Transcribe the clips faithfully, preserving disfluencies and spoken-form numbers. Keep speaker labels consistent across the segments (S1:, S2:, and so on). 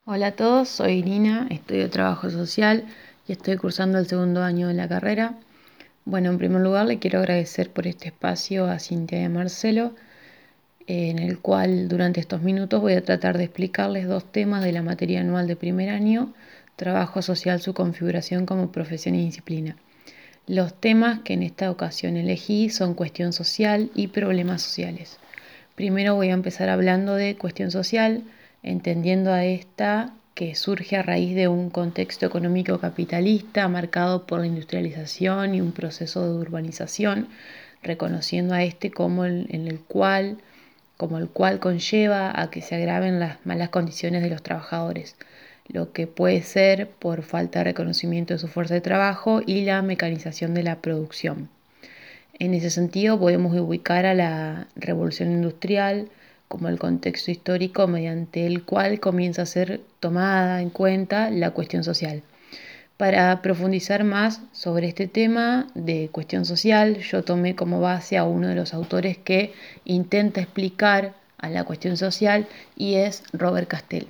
S1: Hola a todos, soy Irina, estudio Trabajo Social y estoy cursando el segundo año de la carrera. Bueno, en primer lugar le quiero agradecer por este espacio a Cintia y a Marcelo, en el cual durante estos minutos voy a tratar de explicarles dos temas de la materia anual de primer año, Trabajo Social, su configuración como profesión y disciplina. Los temas que en esta ocasión elegí son cuestión social y problemas sociales. Primero voy a empezar hablando de cuestión social, entendiendo a esta que surge a raíz de un contexto económico capitalista marcado por la industrialización y un proceso de urbanización, reconociendo a este como el, en el cual, como el cual conlleva a que se agraven las malas condiciones de los trabajadores, lo que puede ser por falta de reconocimiento de su fuerza de trabajo y la mecanización de la producción. En ese sentido podemos ubicar a la revolución industrial como el contexto histórico mediante el cual comienza a ser tomada en cuenta la cuestión social. Para profundizar más sobre este tema de cuestión social, yo tomé como base a uno de los autores que intenta explicar a la cuestión social y es Robert Castell.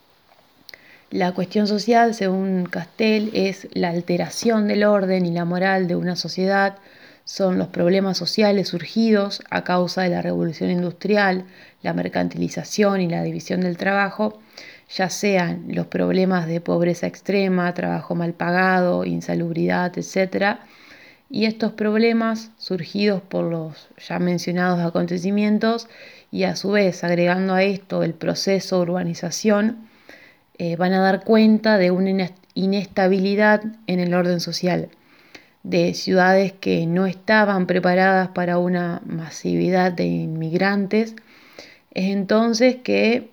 S1: La cuestión social, según Castell, es la alteración del orden y la moral de una sociedad, son los problemas sociales surgidos a causa de la revolución industrial, la mercantilización y la división del trabajo, ya sean los problemas de pobreza extrema, trabajo mal pagado, insalubridad, etcétera. Y estos problemas surgidos por los ya mencionados acontecimientos y a su vez agregando a esto el proceso de urbanización, eh, van a dar cuenta de una inestabilidad en el orden social, de ciudades que no estaban preparadas para una masividad de inmigrantes. Es entonces que,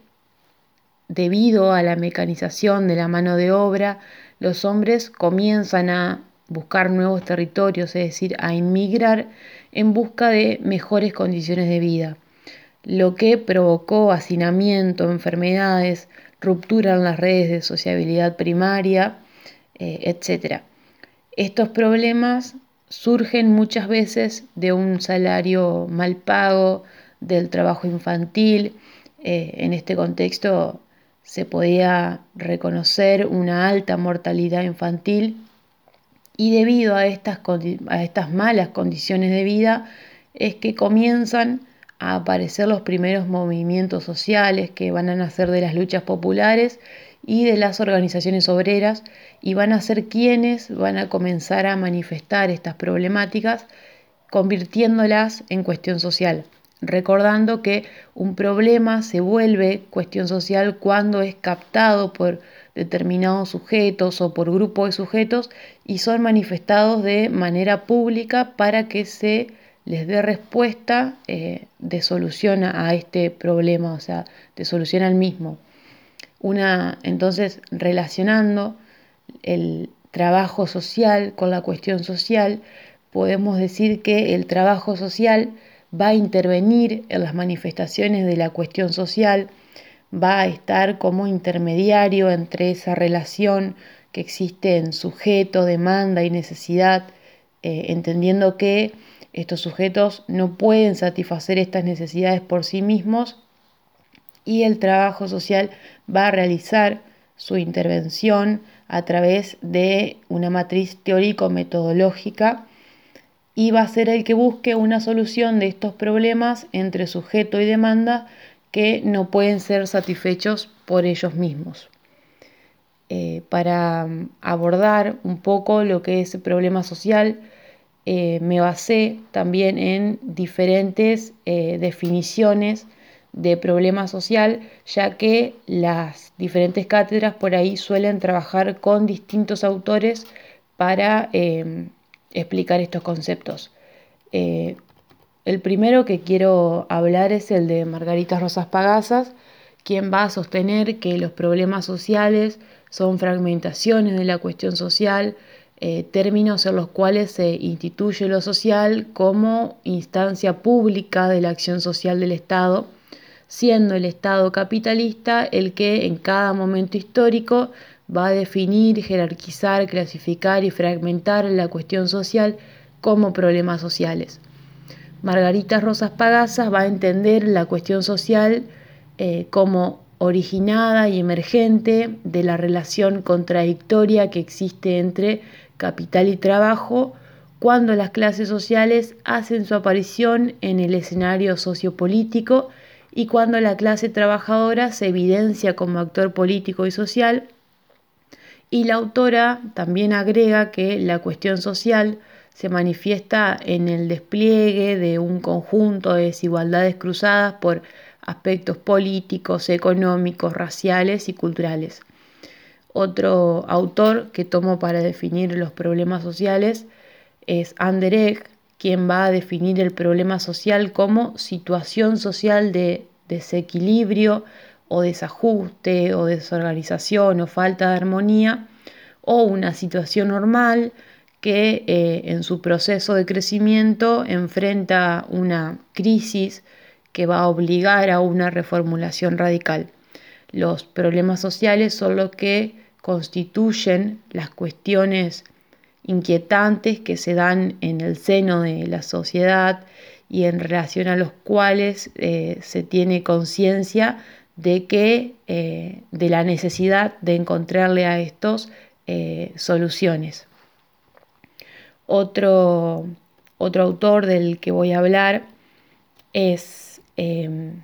S1: debido a la mecanización de la mano de obra, los hombres comienzan a buscar nuevos territorios, es decir, a inmigrar en busca de mejores condiciones de vida, lo que provocó hacinamiento, enfermedades, ruptura en las redes de sociabilidad primaria, eh, etcétera. Estos problemas surgen muchas veces de un salario mal pago, del trabajo infantil. Eh, en este contexto se podía reconocer una alta mortalidad infantil y debido a estas, a estas malas condiciones de vida es que comienzan a aparecer los primeros movimientos sociales que van a nacer de las luchas populares y de las organizaciones obreras y van a ser quienes van a comenzar a manifestar estas problemáticas convirtiéndolas en cuestión social, recordando que un problema se vuelve cuestión social cuando es captado por determinados sujetos o por grupos de sujetos y son manifestados de manera pública para que se les dé respuesta eh, de solución a este problema, o sea, de solución al mismo. Una, entonces, relacionando el trabajo social con la cuestión social, podemos decir que el trabajo social va a intervenir en las manifestaciones de la cuestión social, va a estar como intermediario entre esa relación que existe en sujeto, demanda y necesidad, eh, entendiendo que estos sujetos no pueden satisfacer estas necesidades por sí mismos y el trabajo social va a realizar su intervención a través de una matriz teórico-metodológica y va a ser el que busque una solución de estos problemas entre sujeto y demanda que no pueden ser satisfechos por ellos mismos. Eh, para abordar un poco lo que es el problema social, eh, me basé también en diferentes eh, definiciones de problema social, ya que las diferentes cátedras por ahí suelen trabajar con distintos autores para eh, explicar estos conceptos. Eh, el primero que quiero hablar es el de Margarita Rosas Pagazas, quien va a sostener que los problemas sociales son fragmentaciones de la cuestión social, eh, términos en los cuales se instituye lo social como instancia pública de la acción social del Estado, siendo el Estado capitalista el que en cada momento histórico va a definir, jerarquizar, clasificar y fragmentar la cuestión social como problemas sociales. Margarita Rosas Pagazas va a entender la cuestión social eh, como originada y emergente de la relación contradictoria que existe entre capital y trabajo cuando las clases sociales hacen su aparición en el escenario sociopolítico y cuando la clase trabajadora se evidencia como actor político y social. Y la autora también agrega que la cuestión social se manifiesta en el despliegue de un conjunto de desigualdades cruzadas por aspectos políticos, económicos, raciales y culturales. Otro autor que tomo para definir los problemas sociales es Anderegg, quien va a definir el problema social como situación social de desequilibrio o desajuste o desorganización o falta de armonía, o una situación normal que eh, en su proceso de crecimiento enfrenta una crisis que va a obligar a una reformulación radical. Los problemas sociales son los que constituyen las cuestiones inquietantes que se dan en el seno de la sociedad y en relación a los cuales eh, se tiene conciencia de que eh, de la necesidad de encontrarle a estos eh, soluciones. Otro, otro autor del que voy a hablar es eh,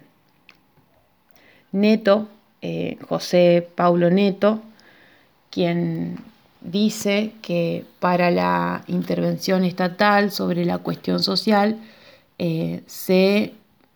S1: Neto, eh, José Paulo Neto, quien dice que para la intervención estatal sobre la cuestión social eh, se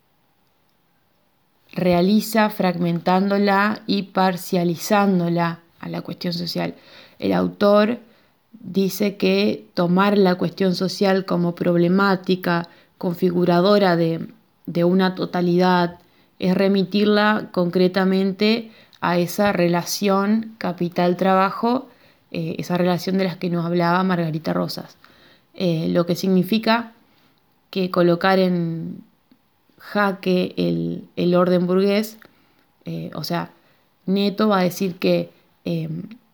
S1: realiza fragmentándola y parcializándola a la cuestión social. El autor dice que tomar la cuestión social como problemática configuradora de, de una totalidad es remitirla concretamente a esa relación capital-trabajo, eh, esa relación de las que nos hablaba Margarita Rosas. Eh, lo que significa que colocar en jaque el, el orden burgués, eh, o sea, Neto va a decir que eh,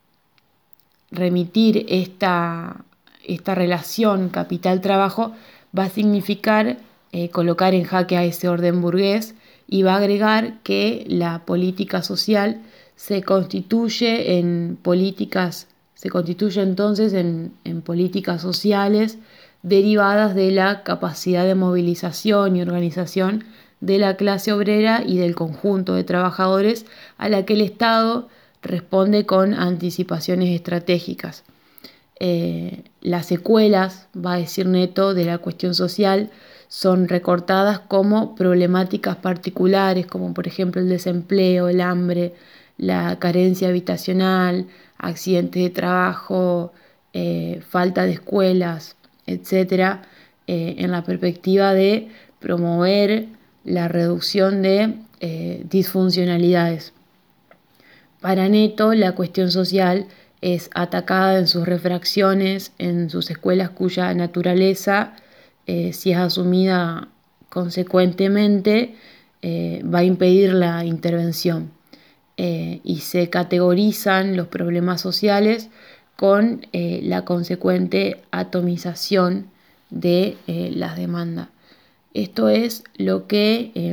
S1: remitir esta, esta relación capital-trabajo va a significar eh, colocar en jaque a ese orden burgués, y va a agregar que la política social se constituye en políticas, se constituye entonces en, en políticas sociales derivadas de la capacidad de movilización y organización de la clase obrera y del conjunto de trabajadores a la que el Estado responde con anticipaciones estratégicas. Eh, las secuelas, va a decir Neto, de la cuestión social son recortadas como problemáticas particulares, como por ejemplo el desempleo, el hambre, la carencia habitacional, accidentes de trabajo, eh, falta de escuelas, etcétera, eh, en la perspectiva de promover la reducción de eh, disfuncionalidades. Para Neto, la cuestión social es atacada en sus refracciones, en sus escuelas cuya naturaleza, eh, si es asumida consecuentemente, eh, va a impedir la intervención. Eh, y se categorizan los problemas sociales con eh, la consecuente atomización de eh, las demandas. Esto es lo que eh,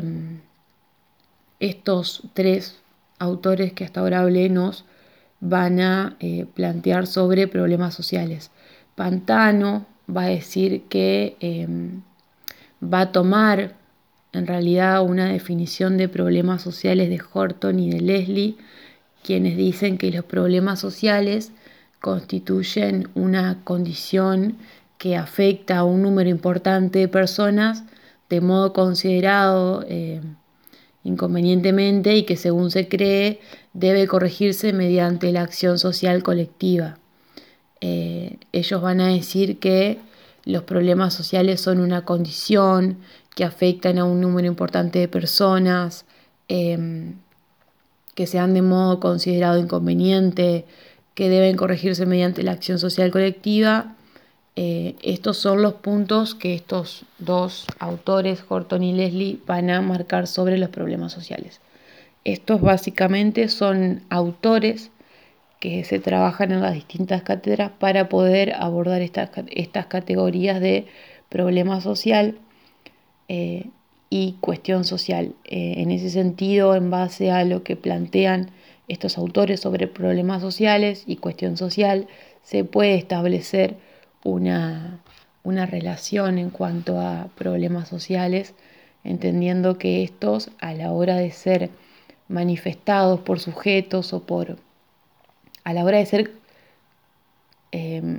S1: estos tres autores que hasta ahora hablé nos van a eh, plantear sobre problemas sociales. Pantano va a decir que eh, va a tomar en realidad una definición de problemas sociales de Horton y de Leslie, quienes dicen que los problemas sociales constituyen una condición que afecta a un número importante de personas de modo considerado eh, inconvenientemente, y que según se cree debe corregirse mediante la acción social colectiva. Eh, ellos van a decir que los problemas sociales son una condición que afectan a un número importante de personas, eh, que se han de modo considerado inconveniente, que deben corregirse mediante la acción social colectiva. Eh, estos son los puntos que estos dos autores, Horton y Leslie, van a marcar sobre los problemas sociales. Estos básicamente son autores que se trabajan en las distintas cátedras para poder abordar estas, estas categorías de problema social. Eh, y cuestión social. Eh, en ese sentido, en base a lo que plantean estos autores sobre problemas sociales y cuestión social, se puede establecer una, una relación en cuanto a problemas sociales, entendiendo que estos, a la hora de ser manifestados por sujetos o por, a la hora de ser eh,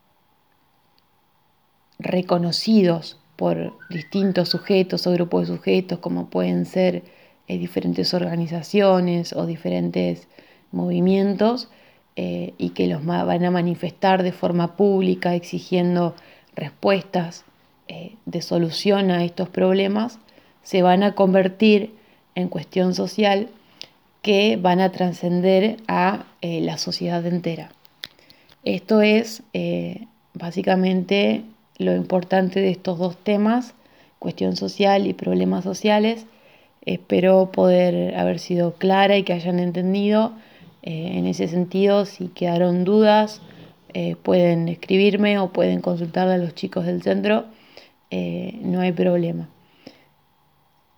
S1: reconocidos por distintos sujetos o grupos de sujetos, como pueden ser eh, diferentes organizaciones o diferentes movimientos, eh, y que los van a manifestar de forma pública exigiendo respuestas eh, de solución a estos problemas, se van a convertir en cuestión social que van a trascender a eh, la sociedad entera. Esto es eh, básicamente lo importante de estos dos temas, cuestión social y problemas sociales. Espero poder haber sido clara y que hayan entendido. Eh, en ese sentido, si quedaron dudas, eh, pueden escribirme o pueden consultarle a los chicos del centro. Eh, no hay problema.